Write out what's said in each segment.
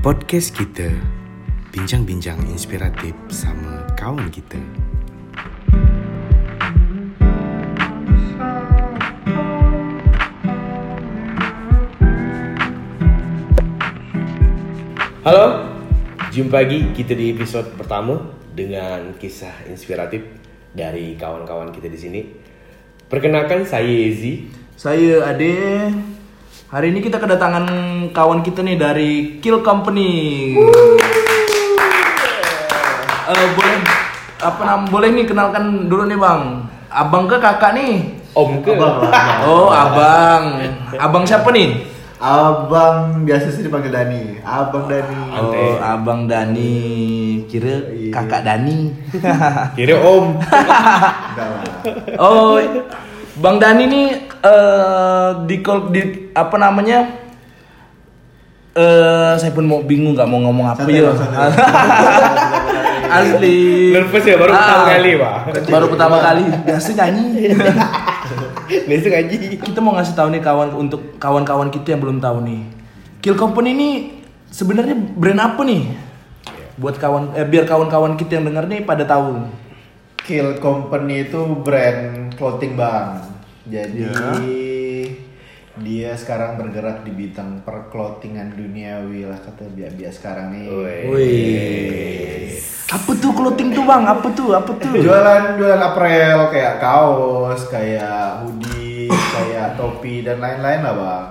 Podcast kita, bincang-bincang inspiratif sama kawan kita. Halo, jumpa lagi kita di episode pertama dengan kisah inspiratif dari kawan-kawan kita di sini. Perkenalkan, saya Ezi. Saya Ade. Hari ini kita kedatangan kawan kita nih dari Kill Company. Boleh nih kenalkan dulu nih Bang. Abang ke kakak nih? Om ke? Abang. Oh abang. Abang siapa nih? Abang biasa sih dipanggil Dani. Abang Dani. Oh Abang Dani. Kira kakak Dani. Kira Om. Enggak lah. Oh Bang Dani nih saya pun mau bingung nggak mau ngomong apa ya. Asli. Nervous ya baru pertama kali Pak. Baru pertama kali. Biasa nyanyi. Biasa ngaji. Kita mau ngasih tahu nih untuk kawan-kawan kita yang belum tahu nih. Kill Company ini sebenarnya brand apa nih? Buat biar kawan-kawan kita yang dengar nih pada tahu. Kill Company itu brand clothing Bang. Jadi dia sekarang bergerak di bidang perclothingan duniawi lah kata biar sekarang nih. Wih. Apa tuh clothing tuh Bang? Apa tuh? Jualan apparel kayak kaos, kayak hoodie, kayak topi dan lain-lain lah Bang.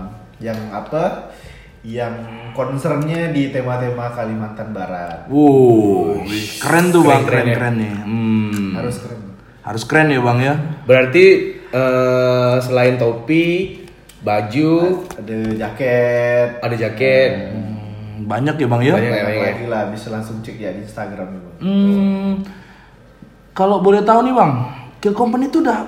Yang concernnya di tema-tema Kalimantan Barat. Keren tuh Bang, Keren nih. Harus keren ya Bang ya. Berarti selain topi, baju, ada jaket. Banyak ya Bang ya. Banyak. Lagi lah bisa langsung cek ya di Instagram nih Bang. Kalau boleh tahu nih Bang, Kill Company itu udah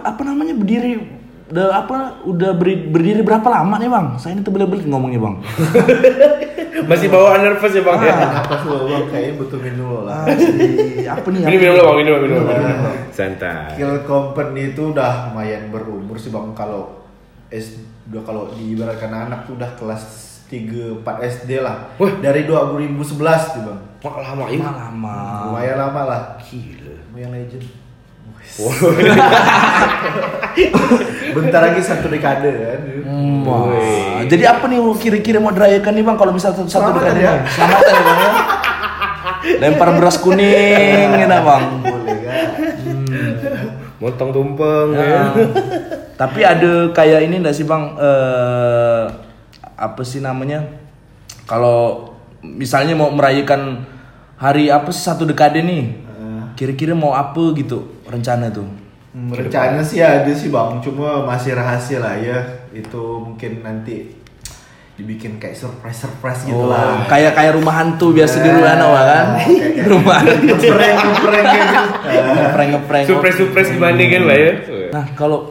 berdiri berapa lama nih Bang? Saya ini terbelit-belit ngomongnya Bang. Masih bawaan nervous ya Bang. Apa sih Bang? Kayaknya butuh minum dulu lah. Apa nih? Minum dulu Bang, minum. Santai. Kill Company itu udah lumayan berumur sih Bang. Kalau diibaratkan anak tuh udah kelas 3-4 SD lah. Dari 2011 tuh Bang. Lama ya? Lumayan lama lah. Gila. Lumayan legend. Bentar lagi 1 dekade kan. Jadi apa nih kira-kira mau dirayakan nih Bang kalau misal satu dekade ya. Selamatan ya Bang ya. Lempar beras kuning ya Bang. Boleh kan? Motong tumpeng ya. Tapi ada kayak ini enggak sih Bang, apa sih namanya? Kalau misalnya mau merayakan hari apa sih 1 dekade nih? Kira-kira mau apa gitu rencana tuh? Rencana sih ada sih Bang, cuma masih rahasia lah ya. Itu mungkin nanti dibikin kayak surprise gitu lah. Kayak rumah hantu biasa di luar kan? Rumah ngeprank gitu. Ngeprank. Surprise gimana kan lah ya. Nah, kalau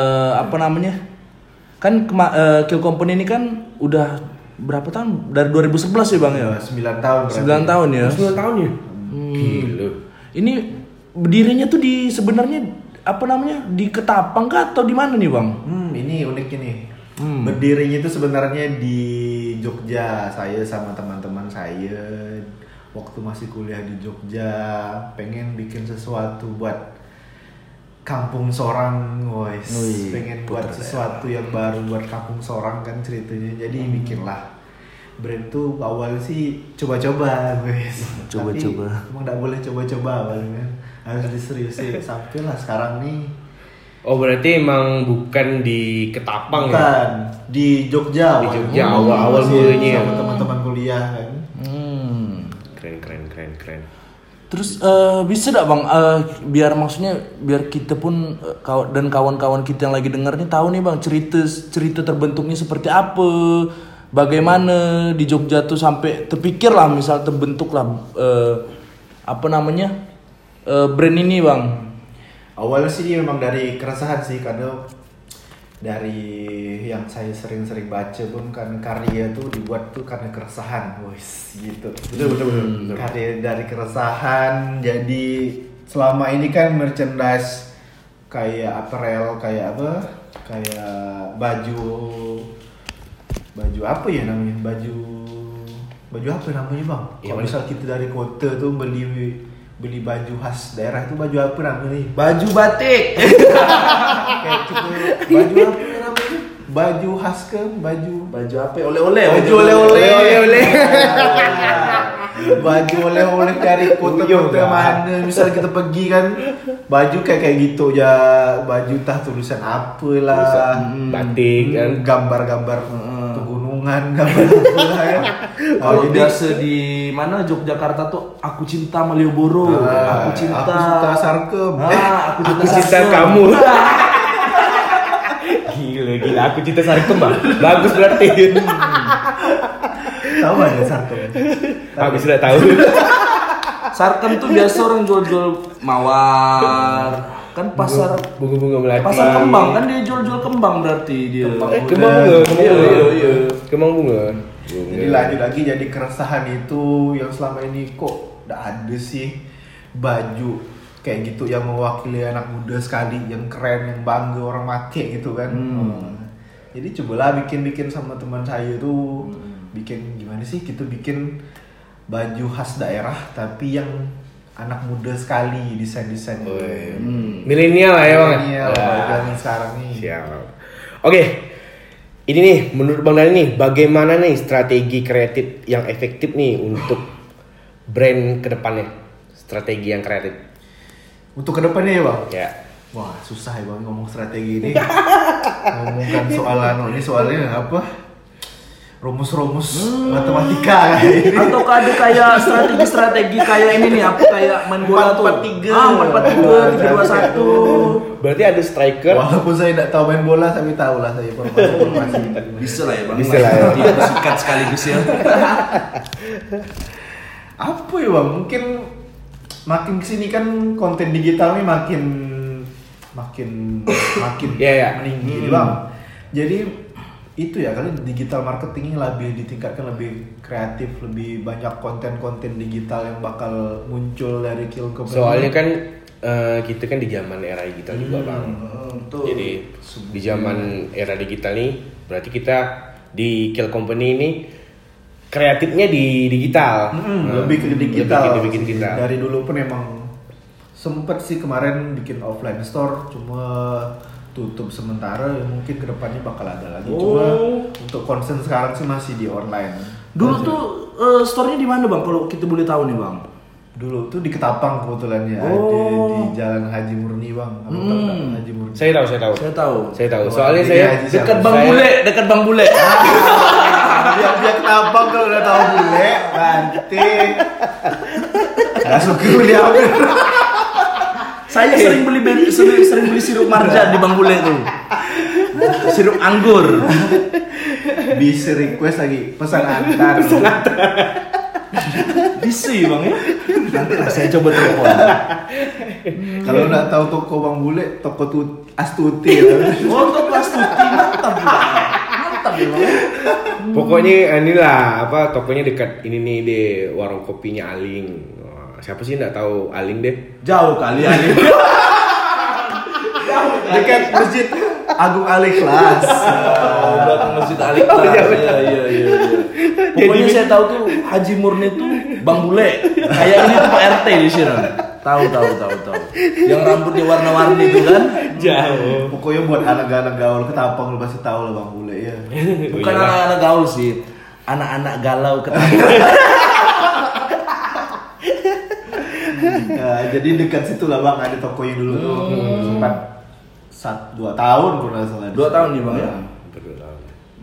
kan Kill Company ini kan udah berapa tahun? Dari 2011 ya Bang ya? 9 tahun. 9 tahun ya. 9 tahun ya? Gila. Ini berdirinya tuh sebenarnya di Ketapang kah atau di mana nih Bang? Ini unik ini. Berdirinya itu sebenarnya di Jogja. Saya sama teman-teman saya waktu masih kuliah di Jogja pengen bikin sesuatu buat Kampung Sorang, pengen buat sesuatu yang baru buat Kampung Sorang kan ceritanya. Jadi bikinlah brand tuh awal sih coba-coba guys. Tapi emang gak boleh coba-coba awalnya, harus diseriusin sampailah sekarang nih. Oh berarti emang bukan di Ketapang ya? Bukan, di Jogja. Di Jogja awal mulanya sama teman-teman kuliah kan. Keren. Terus bisa gak Bang, biar kita pun dan kawan-kawan kita yang lagi denger nih tahu nih Bang cerita terbentuknya seperti apa, bagaimana di Jogja tuh sampai terpikir lah misal terbentuk lah brand ini Bang. Awalnya sih dia memang dari keresahan sih, karena dari yang saya sering-sering baca pun kan karya tuh dibuat tuh karena keresahan, gitu. Betul. Karya dari keresahan, jadi selama ini kan merchandise kayak apparel, kayak baju apa ya namanya, baju baju apa namanya bang? Iya, Kalau mana? misal kita dari kota tuh beli baju khas daerah itu baju apa namanya? Baju batik. Kayak gitu. Baju apa namanya? Baju khas ke baju apa? Oleh-oleh. baju oleh-oleh. Baju oleh-oleh dari kota-kota mana misal kita pergi kan baju kayak gitu ya, baju tah tulisan apalah, batik kan. gambar-gambar pegunungan, gambar apalah ya. Kalau Jadi biasa di mana Yogyakarta tuh aku cinta Malioboro, aku cinta Sarkem. aku Aku cinta cinta Sarkem. kamu. Gila, aku cinta Sarkem bang. Bagus berarti. Tahu nggak ya Sarkem? Aku sudah tahu. Sarkem tuh biasa orang jual-jual mawar, kan pasar Bunga-bunga melati. pasar kembang kan dia jual-jual kembang berarti dia. Kembang bunga. Iya. Kembang bunga. Jadi lanjut lagi jadi keresahan itu yang selama ini kok nggak ada sih baju kayak gitu yang mewakili anak muda sekali, yang keren, yang bangga orang make gitu kan. Jadi cobalah bikin sama teman saya tuh bikin gimana sih kita bikin baju khas daerah tapi yang anak muda sekali desain-desain. Milenial lah ya bang. Milenial, yang sekarang nih. Siap. Oke. Ini nih menurut Bang Dani nih bagaimana nih strategi kreatif yang efektif nih untuk brand kedepannya, strategi yang kreatif. Untuk kedepannya ya bang. Ya. Wah susah ya bang ngomong strategi ini. Ngomongkan soalan ini soalnya apa? Rumus-rumus matematika kayak ini. Atau ada kayak strategi-strategi kayak ini nih apa kayak main bola tuh. 4-4-3. 4-4-3, 3-2-1. Berarti ada striker. Walaupun saya tidak tahu main bola tapi tahu lah saya informasi. Bisa lah ya bang. Bisa lah ya. Tidak disikat sekaligus ya. Apa ya bang? Mungkin makin kesini kan konten digital nih makin Iya. meninggi bang. Jadi itu ya kali digital marketingnya lebih ditingkatkan, lebih kreatif, lebih banyak konten-konten digital yang bakal muncul dari Kill Company. Soalnya kan kita kan di zaman era digital juga bang. Jadi di zaman era digital nih berarti kita di Kill Company ini kreatifnya di digital. Lebih ke digital. Lebih ke digital. Dari dulu pun emang sempet sih kemarin bikin offline store cuma tutup sementara ya mungkin kedepannya bakal ada lagi cuma untuk concern sekarang sih masih di online. Dulu tuh store-nya di mana bang kalau kita boleh tahu nih bang? Dulu tuh di Ketapang kebetulan ya ada di Jalan Haji Murni bang. Kamu tahu nggak Haji Murni? Saya tahu. Saya tahu. Soalnya Ini saya Haji siapa? Dekat Bang Bule. Dia Ketapang kalau udah tahu bule nanti langsung kuliah. Saya sering beli sirup marjan di Bang Bule tuh. Sirup anggur. Bisa request lagi pesan antar. Bisa ya bang ya. Nanti lah saya coba telepon. Kalau nggak tahu toko Bang Bule, toko Astuti. Oh untuk Astuti mantap ya bang. pokoknya inilah apa tokonya dekat ini nih deh warung kopinya Aling. Wah, siapa sih nggak tahu Aling deh? Jauh kali ya. Dekat Masjid Agung Al-Ikhlas. Belakang Masjid Al-Ikhlas. Iya. Pokoknya saya tahu tuh Haji Murni tuh Bang Bule. Kayak ini tuh Pak RT di sini. Tahu. Yang rambutnya warna-warni itu kan. Jauh. Pokoknya buat anak-anak gaul Ketapang lu pasti tahu lah Bang Bule ya. Bukan anak-anak gaul sih. Anak-anak galau Ketapang. Nah, jadi dekat situ lah Bang ada tokonya dulu tuh. Sempat 2 tahun kalau nggak salah. 2 tahun nih Bang ya. Betul.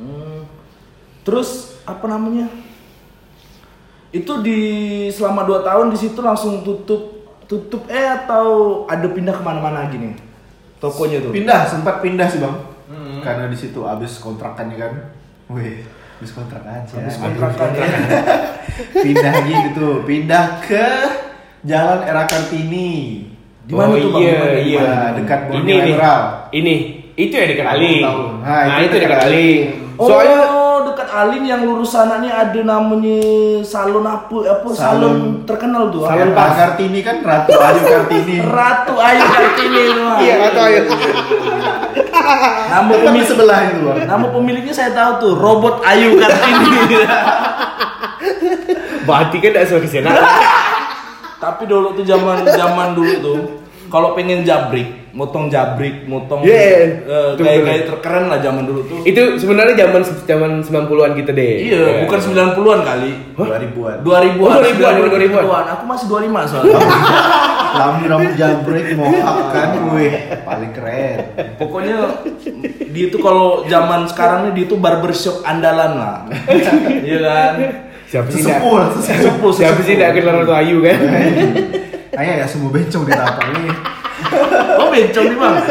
Terus apa namanya? Itu di selama 2 tahun di situ langsung tutup atau ada pindah kemana-mana lagi nih tokonya tuh? Sempat pindah sih Bang. Karena di situ habis kontrakannya kan. Wih, habis kontrakan sih. Habis kontrakan ya. Pindah gitu, pindah ke Jalan Era Kartini. Di mana tuh Bang? Iya. Nah, dekat Ini Borneo nih. Mineral. Ini itu ya dekat Aling. Tahu. Nah, itu dekat Aling. Soalnya dekat Alin yang lurus sananya ada namanya salon salon terkenal tuh. Salon Pak Kartini kan Ratu Ayu Kartini. Ratu Ayu Kartini itu. Iya, Ratu Ayu. Nama Tapi pemilik sebelah itu Bang. Nama pemiliknya saya tahu tuh, Robot Ayu Kartini. Berarti kan tidak sesuai kesana. Tapi dulu tuh zaman dulu tuh kalau pengen motong gaya-gaya terkeren lah zaman dulu tuh. Itu sebenarnya zaman 90-an kita deh. Iya, bukan 90-an kali. 2000-an. 2000-an. Aku masih 25 soalnya. Rambut jabrik mohak kan, wih, paling keren. Pokoknya dia tuh kalau zaman sekarang nih dia tuh barbershop andalan lah. Iya kan? Siapa sih tidak kenal Ratu Ayu kan? Kayak ya semua bencong di tapak nih. Oh bencong nih bang.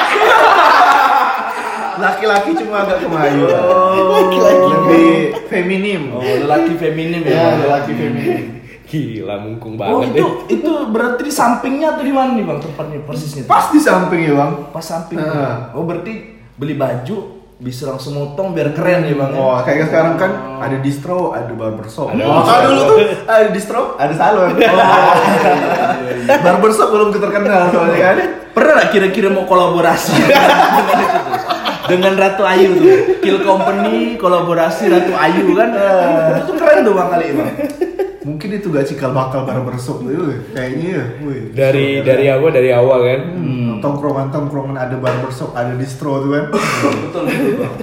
Laki-laki cuma agak kemayu. Laki-laki lebih feminim. Oh lelaki feminim ya. Lelaki feminim. Gila mungkung Oh banget. itu berarti di sampingnya atau di mana nih bang tempatnya persisnya? Pas di samping ya bang. Pas samping. Oh berarti beli baju bisa langsung motong biar keren ya bang. Oh kayak sekarang kan ada distro, ada barbershop. Dulu tuh ada distro, ada salon. Barbershop belum terkenal soalnya kan. Pernah nggak kira-kira mau kolaborasi dengan itu tuh? Dengan Ratu Ayu tuh, Kill Company kolaborasi Ratu Ayu kan? Itu tuh keren tuh bang kali bang. Mungkin itu gak cikal bakal barbershop tuh, kayaknya ya. Dari awal kan. Tongkrongan ada barbershop, ada distro tuh kan. Betul bang.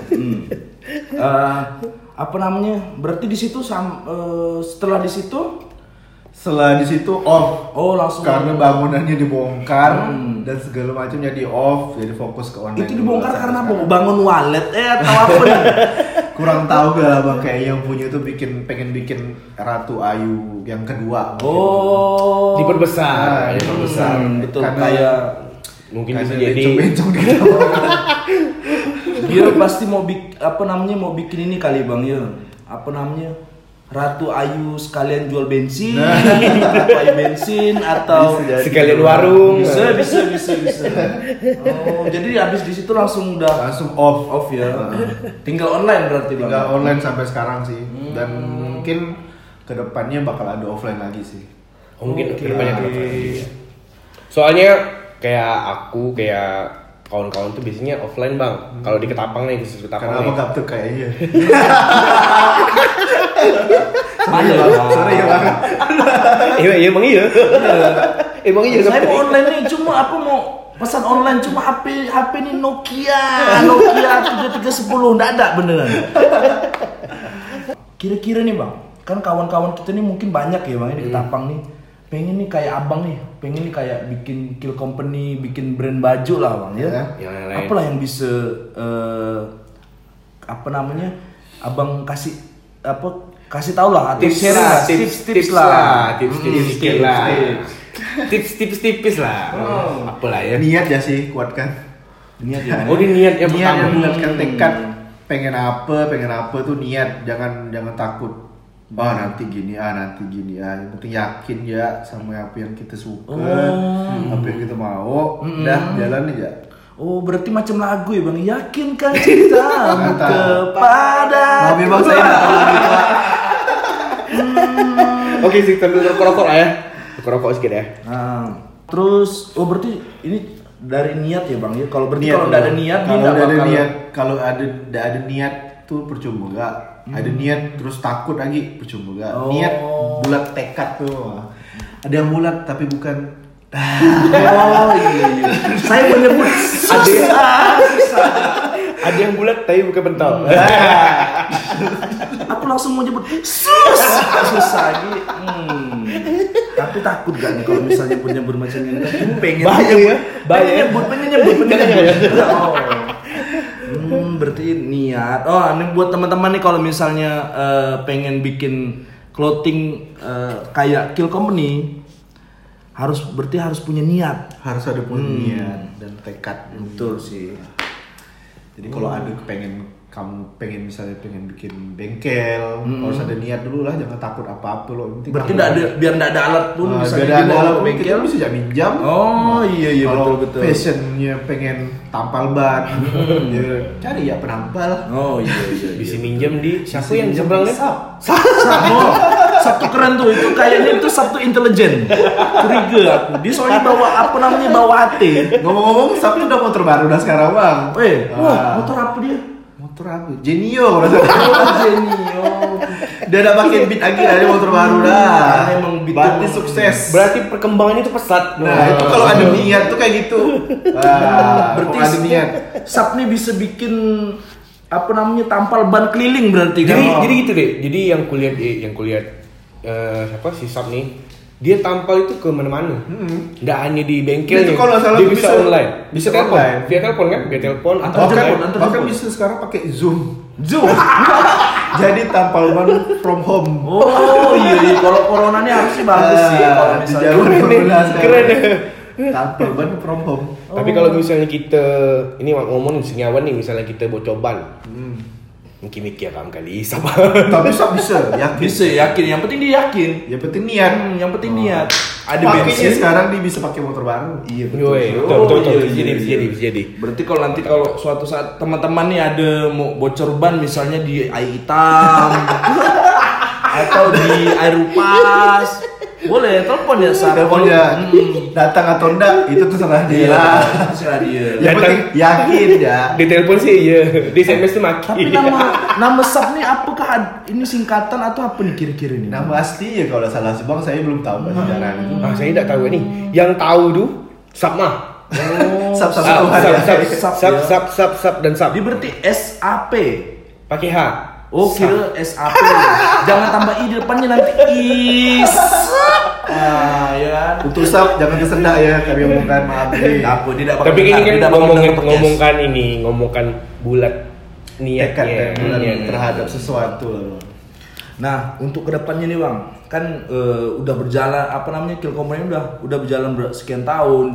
Apa namanya? Berarti di situ setelah di situ off. Oh langsung. Karena bangunannya dibongkar dan segala macam jadi off, jadi fokus ke online. Itu dibongkar karena bangun wallet atau apa nih? Kurang tahu gak bang, kayak yang punya tuh pengen bikin Ratu Ayu yang kedua. Oh. Diperbesar. Betul. Karena Kayak mungkin karena bisa jadi bencong di dia pasti mau bikin ini kali bang ya. Apa namanya? Ratu Ayu sekalian jual bensin, Ratu Ayu bensin atau sekalian warung. Bisa. Oh, jadi habis di situ langsung off ya. Tinggal online berarti bang. Tinggal online sampai sekarang sih. Dan mungkin kedepannya bakal ada offline lagi sih. Mungkin kedepannya soalnya kayak kawan-kawan tuh biasanya offline bang. Kalau di Ketapang nih, khusus Ketapang. Karena abang kapten kayaknya. Mana bang? Sorry ya bang. Emang iya. Saya mau online nih, cuma aku mau pesan online cuma HP nih Nokia 3310 enggak ada beneran. Kira-kira nih bang, kan kawan-kawan kita nih mungkin banyak ya bang di Ketapang nih. Pengen nih kayak abang nih, pengen nih kayak bikin Kill Company, bikin brand baju lah bang ya. Apalah yang bisa abang kasih tahu lah atau tips lah. Tips tipis lah. Apalah ya. Niat ya sih, kuatkan. Niat ya. Oh ini niat yang pertama. Bulatkan tekad. Pengen apa tuh niat, jangan takut. Nanti gini, yang penting yakin ya sama apa yang kita suka, apa yang kita mau, dah jalan aja. Oh berarti macam lagu ya bang, yakinkan cintamu kepada. Maaf bang, saya nggak tahu gitu. Oke sih, sambil rokok ya, rokok sedikit ya. Terus, berarti ini dari niat ya bang ya. Kalau nggak ada niat, kalau ada niat tuh percuma gak. Ada niat terus takut lagi percuma gak. Niat bulat tekad tuh. Ada yang bulat tapi bukan. Iya. Saya menyebut susah. Ada yang bulat tapi bukan pentol. Aku langsung mau nyebut susah lagi. Tapi takut gak nih kalau misalnya nyebut macam ini? Pengen nyebut. Berarti niat. Ini buat teman-teman nih kalau misalnya pengen bikin clothing kayak Kill Company, harus punya niat. Harus ada punya niat dan tekad. Betul sih. Jadi kalau ada kamu pengen bikin bengkel, harus ada niat dulu lah, jangan takut apa-apa loh. Berarti biar enggak ada alat pun bisa ada alat bengkel bisa minjam. Oh iya kalau betul. Fashionnya pengen tampal ban, cari ya penampal. Oh iya. Bisa minjam di siapa yang seberangnya? Sabtu keren tuh, itu kayaknya itu Sabtu intelijen. Curiga aku. Dia soalnya bawa AT. Ngomong-ngomong, Sabtu udah motor baru sekarang bang. Motor apa dia? motor apa? Genio kalau salah. Genio. Dia udah pakai beat lagi ada motor baru dah. Emang beat berarti emang- sukses. Berarti perkembangannya itu pesat. Nah, itu kalau ada niat tuh kayak gitu. Berarti kalau ada niat. Sub nih bisa bikin apa namanya tampal ban keliling berarti kan? Jadi gitu deh. Jadi yang kulihat siapa si Sab nih, dia tampal itu ke mana-mana. Nggak hanya di bengkel. Itu kalau nggak salah dia bisa bisa- online. bisa telepon. online. Via telepon kan? Via telepon atau Antar jemput, online. Bahkan bisa sekarang pakai Zoom. Zoom. Jadi tampal ban from home. Oh iya, kalau corona ini harusnya bagus sih kalau Di misalnya. zaman corona Keren. sekarang. Tampal ban from home. Tapi kalau misalnya kita ini ngomongin senyawan nih, misalnya kita bocor ban, mungkin mikir kali sama. Tapi Sab bisa, yakin. Bisa yakin, yang penting dia yakin. Yang penting niat. Yang penting niat. Ada Makanya bensin. sekarang dia bisa pakai motor baru. Iya Woi, Oh, betul. iya, Bisa iya, jadi. iya. Berarti kalau nanti kalau suatu saat teman-teman nih ada mau bocor ban misalnya di air hitam atau di air upas, boleh telepon ya Telepon ya datang atau enggak itu terserah dia. Iya, terserah dia. Yang penting yakin ya. Di telepon sih iya, di SMS tuh maki. Tapi nama sub nih apakah ini singkatan atau apa nih kira-kira nih? Nama asli ya kalau salah sih bang, saya belum tahu sejarah itu. Ah, saya tidak tahu nih. Yang tahu tuh Sab mah. Oh, Sab Sab, Tuhan ya. sab dan sab. Dia berarti SAP. Pakai H. Oh, kira SAP. Jangan tambah I di depannya nanti is. Ah, ya kan. Untuk Sab jangan kesendak ya kami omongkan, maaf nih. Apa tidak bakal Tapi ini dengar, kan tidak bakal dengar podcast. ngomongkan bulat Tekad niatnya. dan bulan Niat. terhadap sesuatu lah. Nah, untuk kedepannya nih bang, kan udah berjalan apa namanya Kill Company udah berjalan sekian tahun,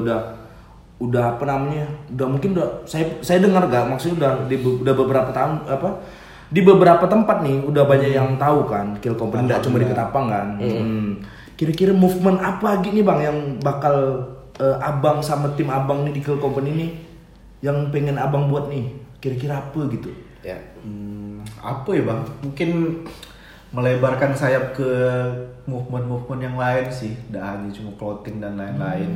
udah apa namanya, udah mungkin udah saya dengar gak, maksudnya udah beberapa tahun apa di beberapa tempat nih udah banyak yang tahu kan Kill Company, nggak cuma di Ketapang kan. Kira-kira movement apa lagi nih bang yang bakal abang sama tim abang nih di Kill Company nih yang pengen abang buat nih? Kira-kira apa gitu? Ya. Apa ya bang? Mungkin melebarkan sayap ke movement-movement yang lain sih. Tidak hanya cuma clothing dan lain-lain.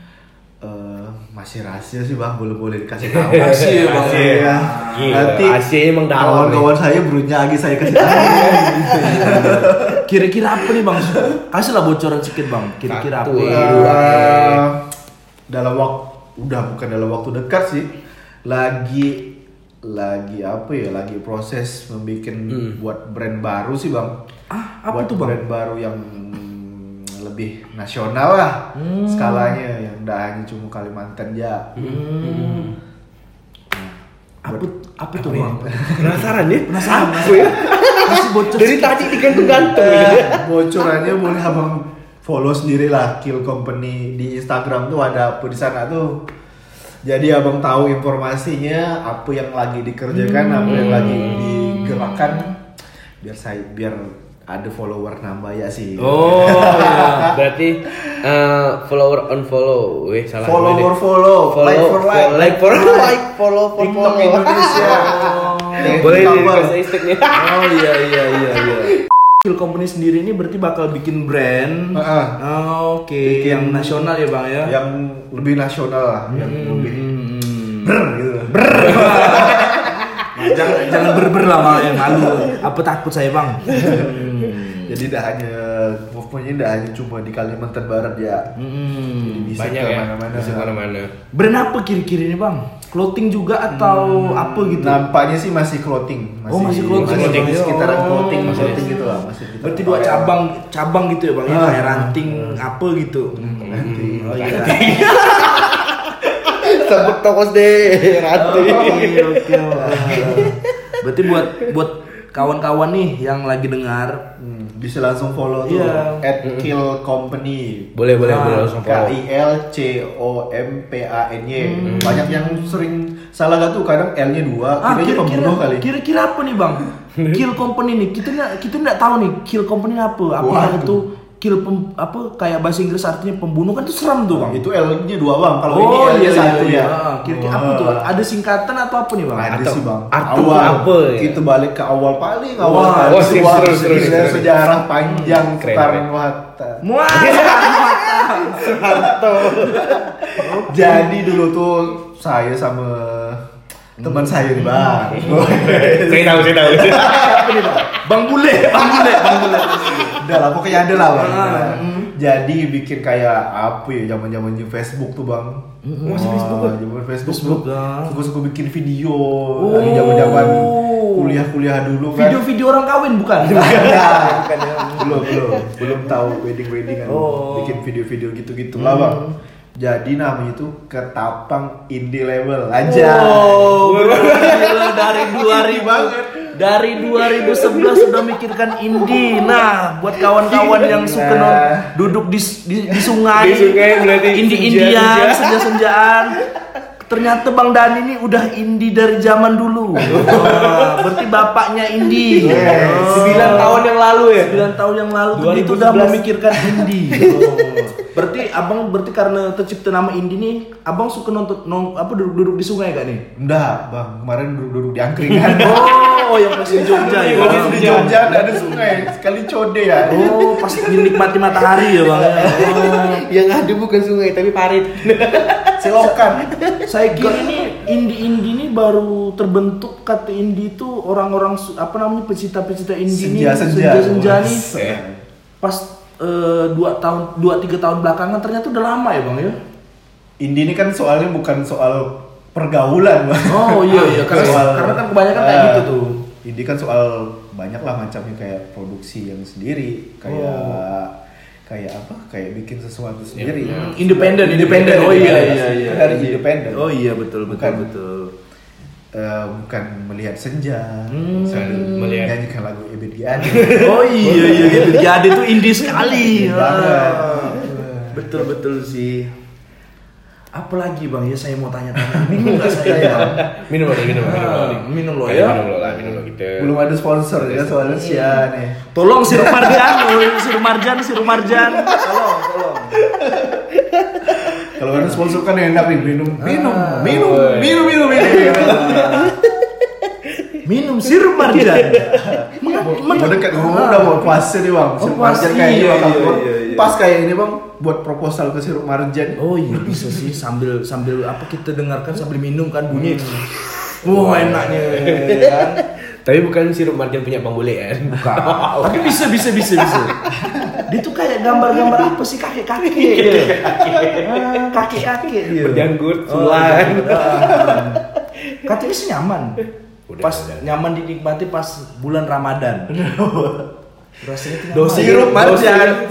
Masih rahasia sih bang, boleh dikasih tahu. Rahasia, Bang. Ya. Gila, Nanti rahasia emang dalam kawan-kawan saya berunya lagi saya kasih tahu. Kira-kira apa nih bang? Kasihlah bocoran sedikit bang. Kira-kira apa? Satu, ya. Dalam waktu bukan dalam waktu dekat sih. Lagi apa ya? Lagi proses membuat buat brand baru sih bang. Apa Buat tuh bang? brand baru yang lebih nasional lah skalanya, yang tidak hanya cuma Kalimantan ya. Apa tuh bang? Penasaran ya? Penasaran? Aku ya. Kasih bocor. Dari tadi digantung-gantung. Bocorannya boleh abang follow sendiri lah Kill Company di Instagram tuh, ada apa di sana tuh. Jadi abang tahu informasinya, apa yang lagi dikerjakan, apa yang lagi digerakkan, biar ada follower nambah ya sih. Oh, iya. Berarti follower on follow. Weh, salah. Follower like for like, follow for TikTok follow. Indonesia. Boleh TikTok, nih Bang. bahasa isteknya. Oh iya. Kill Company sendiri ini berarti bakal bikin brand. Heeh. Oke, Bikin- yang nasional ya bang ya. Yang lebih nasional lah, yang lebih gitu. Jangan berber lah Bang, yang malu. Apa takut saya bang? Jadi tidak hanya movementnya tidak hanya cuma di Kalimantan Barat ya. Jadi bisa Banyak ke ya. mana-mana. Bisa kemana-mana. Brand apa kira-kira ini bang? Clothing juga atau apa gitu? Nampaknya sih masih clothing. Oh, masih clothing. Masih di Oh. sekitaran clothing, Masih clothing gitu lah. Masih di Berarti tempat dua yang- cabang gitu ya bang ya, kayak ranting apa gitu. Ranting. Oh iya. Sebut tokos deh, Ratu. Oke. Berarti buat kawan-kawan nih yang lagi dengar, Bisa langsung follow tuh Iya. @kill company. Boleh Nah, langsung follow. KILCOMPANY. Banyak yang sering salah gak tuh, kadang L-nya 2, kiranya pembunuh kali. Kira-kira apa nih bang? Kill Company nih, kita nggak tahu nih Kill Company apa Waduh. itu kill apa kayak bahasa Inggris artinya pembunuh kan itu serem tuh bang. Itu L-nya 2 bang, kalau Oh ini iya, L-nya 1 iya. ya. Kira-kira apa tuh? Ada singkatan atau apa nih bang? Ada Atau sih bang. artu Awal apa ya? Kita balik ke awal paling Wah, awal kali. wah, Sebuah seru. sejarah panjang Keren, Soekarno-Hatta. Muat. Jadi dulu tuh saya sama Teman saya nih bang. Saya tahu. Apa nih bang? Bang Bule. Udah lah, pokoknya ada lah bang. Jadi bikin kayak apa ya, zaman Facebook tuh bang. Masih Facebook kan? Zaman Facebook ya. suka bikin video. Lagi zaman kuliah dulu kan. Video-video orang kawin bukan? Bukan ya. Belum tahu wedding kan. Bikin video-video gitu lah bang. Jadi namanya itu Ketapang Indie Label aja. Gila, dari 2011 sudah mikirkan indie. Nah, buat kawan-kawan yang suka duduk di sungai, berarti indie-indian, senja-senjaan. Ternyata Bang Dani ini udah indie dari zaman dulu. Berarti bapaknya indie. 9 tahun yang lalu ya. 9 tahun yang lalu tuh dia tuh udah memikirkan indie. Berarti abang karena tercipta nama indie nih, abang suka duduk di sungai gak nih? Enggak bang, kemarin duduk di angkringan. Yang pas di Jogja ya. Di Jogja ada sungai, sekali code ya. Pas menikmati matahari ya bang. Yang ada bukan sungai tapi parit. Selokan. Saya kira ini indie ini baru terbentuk, kata indie itu orang-orang pecinta indie ini senja nih. Pas 2-3 tahun belakangan ternyata udah lama ya bang ya. Indie ini kan soalnya bukan soal pergaulan bang. Iya karena kan kebanyakan kayak gitu tuh. Indie kan soal banyak lah macamnya, kayak produksi yang sendiri, kayak bikin sesuatu sendiri. Independen. Oh iya. Dari independen. Oh iya betul. Bukan melihat senja, melihat nyanyikan lagu Ebit Giade. Oh iya Ebit Giade itu indie sekali. Betul sih. Apalagi bang ya, saya mau tanya minum nggak saya ya? Minum loh ya. Minum loh Gitu. Belum ada sponsor ya soalnya nih. Tolong Sirup Marjan. Tolong. Kalau ada sponsor kan enak nih, minum. Minum Sirup Marjan. Mau dekat udah mau puasa nih bang. Sirup Marjan kayak iya. Pas kayak ini bang, buat proposal ke Sirup Marjan. Oh iya bisa sih, sambil apa kita dengarkan sambil minum kan bunyi. Wah enaknya kan. Tapi bukan Sirup Marjan punya Bang Bule kan? Bukan. Tapi bisa. Dia tuh kayak gambar-gambar apa sih, kakek-kakek dia. Berjanggut, sulan. Katanya sih nyaman. Nyaman dinikmati pas bulan Ramadan. Rasanya Sirup Marjan.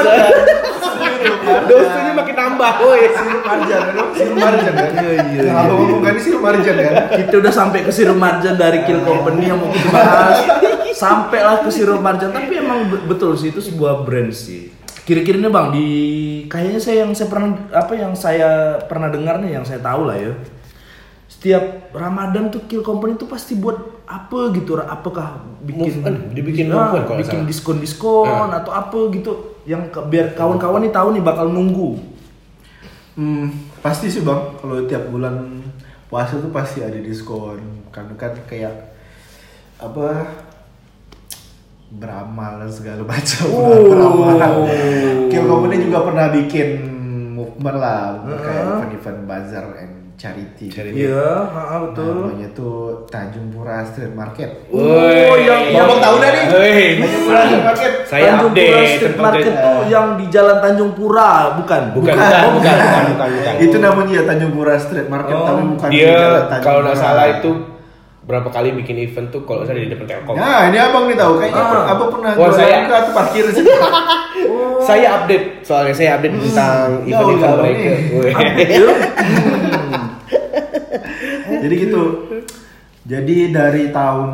Dosanya makin nambah, woi. Sirup Marjan kan? Iya. Kalau ngomong kan Sirup Marjan kan? Kita udah sampai ke Sirup Marjan dari Kill Company yang mau kita bahas. Sampailah ke Sirup Marjan, tapi emang betul sih itu sebuah brand sih. Kira-kira nih Bang, kayaknya yang saya pernah dengar nih, yang saya tahu lah ya. Setiap Ramadan tuh Kill Company tuh pasti buat apa gitu, apakah bikin diskon atau apa gitu, yang biar kawan-kawan nih tahu nih bakal nunggu. Pasti sih Bang, kalau tiap bulan puasa tuh pasti ada diskon, kan kayak beramal dan segala macam. Beramal. Kill Company juga pernah bikin movement lah, kayak event bazar and charity. Iya, betul. Namanya tuh Tanjung Pura Street Market. Yang tahu dah nih. Tanjung Pura Street Market. Tanjung Pura Street Market tuh yang di Jalan Tanjung Pura, bukan. Itu namanya ya Tanjung Pura Street Market, tapi bukan dia di Jalan Tanjung kalau nggak salah itu berapa kali bikin event tuh kalau saya di depan Telkom. Nah, ini abang nih tahu kayaknya apa pernah saya atau parkir sih. Saya update tentang event-event mereka. Jadi gitu. Jadi dari tahun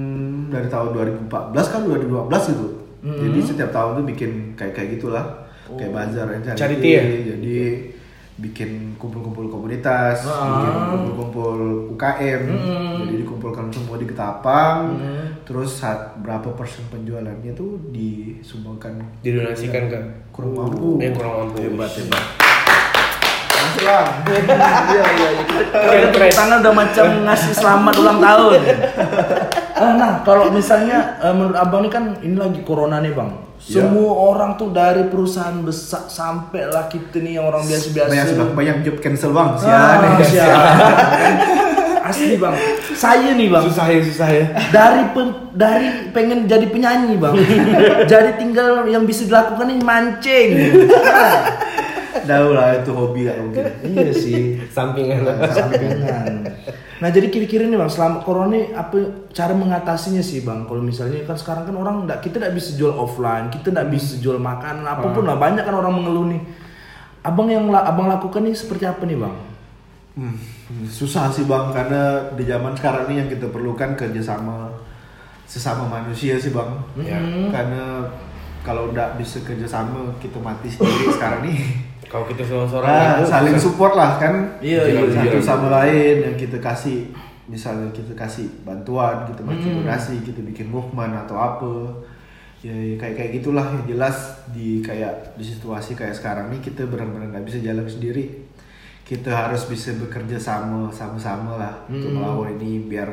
2014 kan 2015 gitu. Jadi setiap tahun tuh bikin kayak gitulah. Kayak bazar and charity ya. Jadi bikin kumpul-kumpul komunitas, bikin kumpul-kumpul UKM. Jadi dikumpulkan semua di Ketapang. Terus berapa persen penjualannya tuh didonasikan ke kurang mampu. Hebat. Langsung. Iya. Tepuk tangan udah macam ngasih selamat ulang tahun. Nah, kalau misalnya menurut Abang nih kan ini lagi corona nih Bang. Semua orang tuh dari perusahaan besar sampai lah kita nih yang orang biasa-biasa. Banyak job cancel Bang. Asli bang, saya nih bang. Susah ya. Dari pengen jadi penyanyi bang, jadi tinggal yang bisa dilakukan ini mancing. Tahu lah itu hobi kan mungkin. Iya sih. Sampingan. Nah jadi kira-kira nih bang, selama corona ini apa cara mengatasinya sih bang? Kalau misalnya kan sekarang kan orang kita nggak bisa jual offline, kita nggak bisa jual makanan apapun lah, banyak kan orang mengeluh nih. Abang lakukan nih seperti apa nih bang? Susah sih bang, karena di zaman sekarang ini yang kita perlukan kerjasama sesama manusia sih bang. Karena kalau udah bisa kerjasama kita mati sendiri sekarang nih. Kalau kita seorang saling support lah kan. Iya. Satu sama lain yang kita kasih, misalnya kita kasih bantuan, kita bikin donasi, kita bikin movement atau apa. Ya kayak gitulah. Yang jelas di situasi kayak sekarang nih kita benar-benar nggak bisa jalan sendiri. Kita harus bisa bekerja sama-sama lah untuk melawan ini biar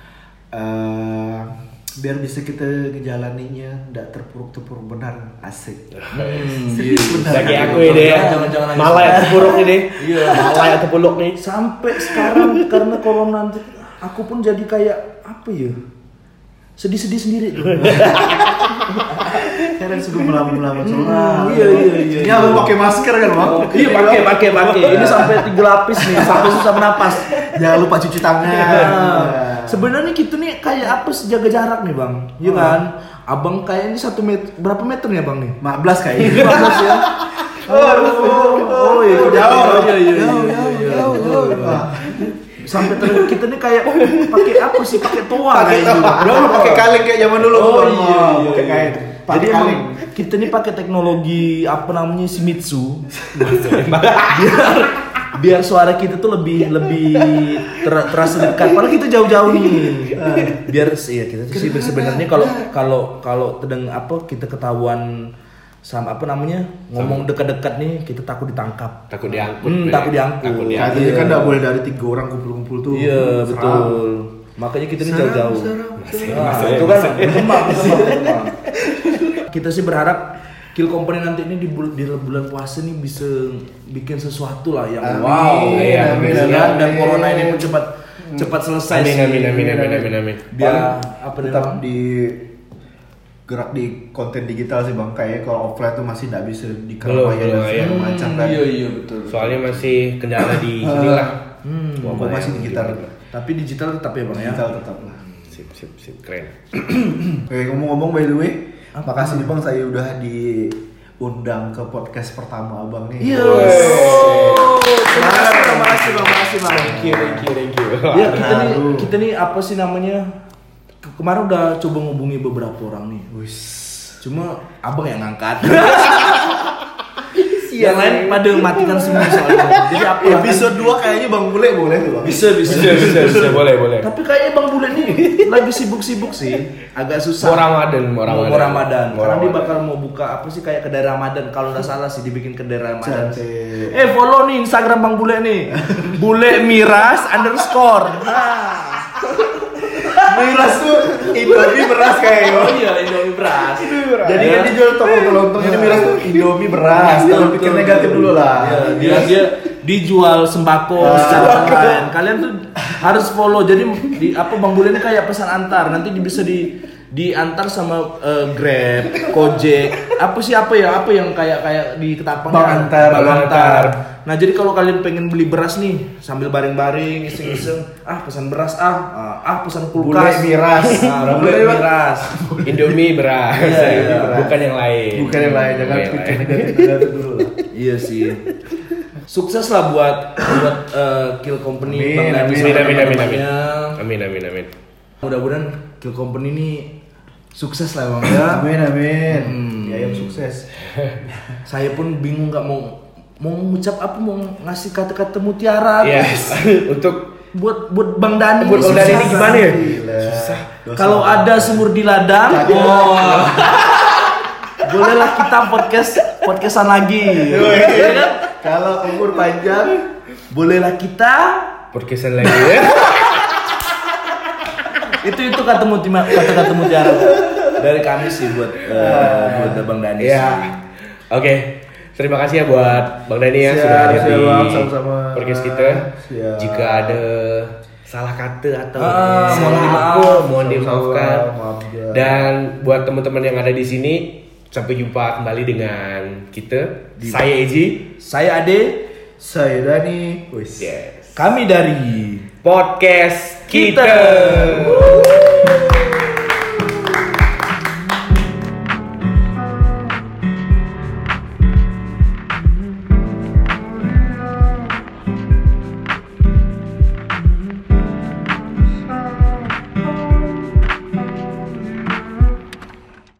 bisa kita ngejalaninya nggak terpuruk benar, asik. Bagi aku ini ya, jangan malah yang terpuruk ini. Iya, malah yang terpuruk nih. Sampai sekarang karena corona aku pun jadi kayak apa ya? Sedih-sedih sendiri tuh. Kadang suka melamun seorang. Iya. Ini abang pakai masker kan bang? Iya pakai. Ini sampai 3 lapis nih, sampai susah bernapas. Jangan lupa cuci tangan. Sebenarnya kita nih kayak apa sih, jaga jarak nih bang, iya kan? Abang kayak ini 1 meter, berapa meter nih abang nih? 15 kayaknya. 15 ya. Oh iya, jauh. Sampai kita nih kayak pakai apa sih? Pakai toa kayak gitu. Udah pakai kaleng kayak zaman dulu. Oh iya. Pakai kain. Jadi emang kita nih pakai teknologi apa namanya Shimizu. biar suara kita tuh lebih terasa dekat. Padahal kita jauh-jauh nih. Biar ya kita sih sebenarnya kalau sedang apa kita ketahuan sama apa namanya ngomong dekat-dekat nih, kita takut ditangkap, takut diangkut. Katanya kan nggak boleh dari 3 orang kumpul-kumpul tuh. Iya betul. Makanya kita nih jauh-jauh. Itu kan berkembang. Kita sih berharap Kill Company nanti ini di bulan puasa nih bisa bikin sesuatu lah yang amin. Dan corona ini pun cepat selesai. Amin. Biar apa tetap gerak di konten digital sih bang, kayak kalau offline tuh masih nggak bisa dikeramaikan dan segala macam kan. Iya betul. Soalnya masih kendala di sini lah. Walaupun masih digital. Tapi digital tetap ya bang ya. Digital tetap lah. Sip keren. Oke, ngomong-ngomong by the way, makasih nih bang, saya udah diundang ke podcast pertama abang nih. Iya. Terima kasih bang. Thank you. Ya kita nih apa sih namanya? Kemarin udah coba ngubungi beberapa orang nih. Cuma abang yang ngangkat. Yang lain pada matikan semua soalnya. Jadi apa episode 2 kayaknya Bang Bule boleh tuh bang. Bisa boleh. Tapi kayaknya Bang Bule nih lagi sibuk-sibuk sih. Agak susah. Mau Ramadan. Karena dia bakal mau buka apa sih kayak kedai Ramadan. Kalau nggak salah sih dibikin kedai Ramadan. Cantik. Follow nih Instagram Bang Bule nih. Bule Miras _. Miras tuh Indomie beras kayaknya. Oh iya, Indomie beras. Jadi kan dijual toko kelontong ini miras tuh Indomie beras. Kalau pikir negatif dulu lah. Dia dijual sembako secara online. Kalian tuh harus follow. Jadi Bang Bule ini kayak pesan antar. Nanti bisa diantar sama Grab, Gojek. Apa yang kayak di Ketapang Bang antar. Nah jadi kalau kalian pengen beli beras nih sambil baring-baring iseng-iseng, pesan beras pesan kulkas. Bule miras. Bule miras. Indomie beras. Iya. Bukan yang lain. Jangan pikir negatif dulu lah. Iya sih. Sukses lah buat Kill Company. Amin. Mudah-mudahan Kill Company ini sukses lah bang ya. Amin. Ya yang sukses. Saya pun bingung nggak mau ngucap apa, mau ngasih kata-kata mutiara. Yes. Untuk buat Bang Dani. Buat Bang Dani ini gimana ya? Susah. Kalau ada sumur di ladang, bolehlah kita podcastan lagi. Ya kan? Kalau umur panjang, bolehlah kita podcastan lagi ya. Itu kata-kata mutiara dari kami sih buat Bang Dani. Ya. Oke. Terima kasih ya buat Bang Dani ya sudah hadir di podcast kita. Jika ada salah kata atau mohon mohon dimaafkan. Dan buat teman-teman yang ada di sini, sampai jumpa kembali dengan kita. Saya Eji, saya Ade, saya Dani. yes. Kami dari podcast kita.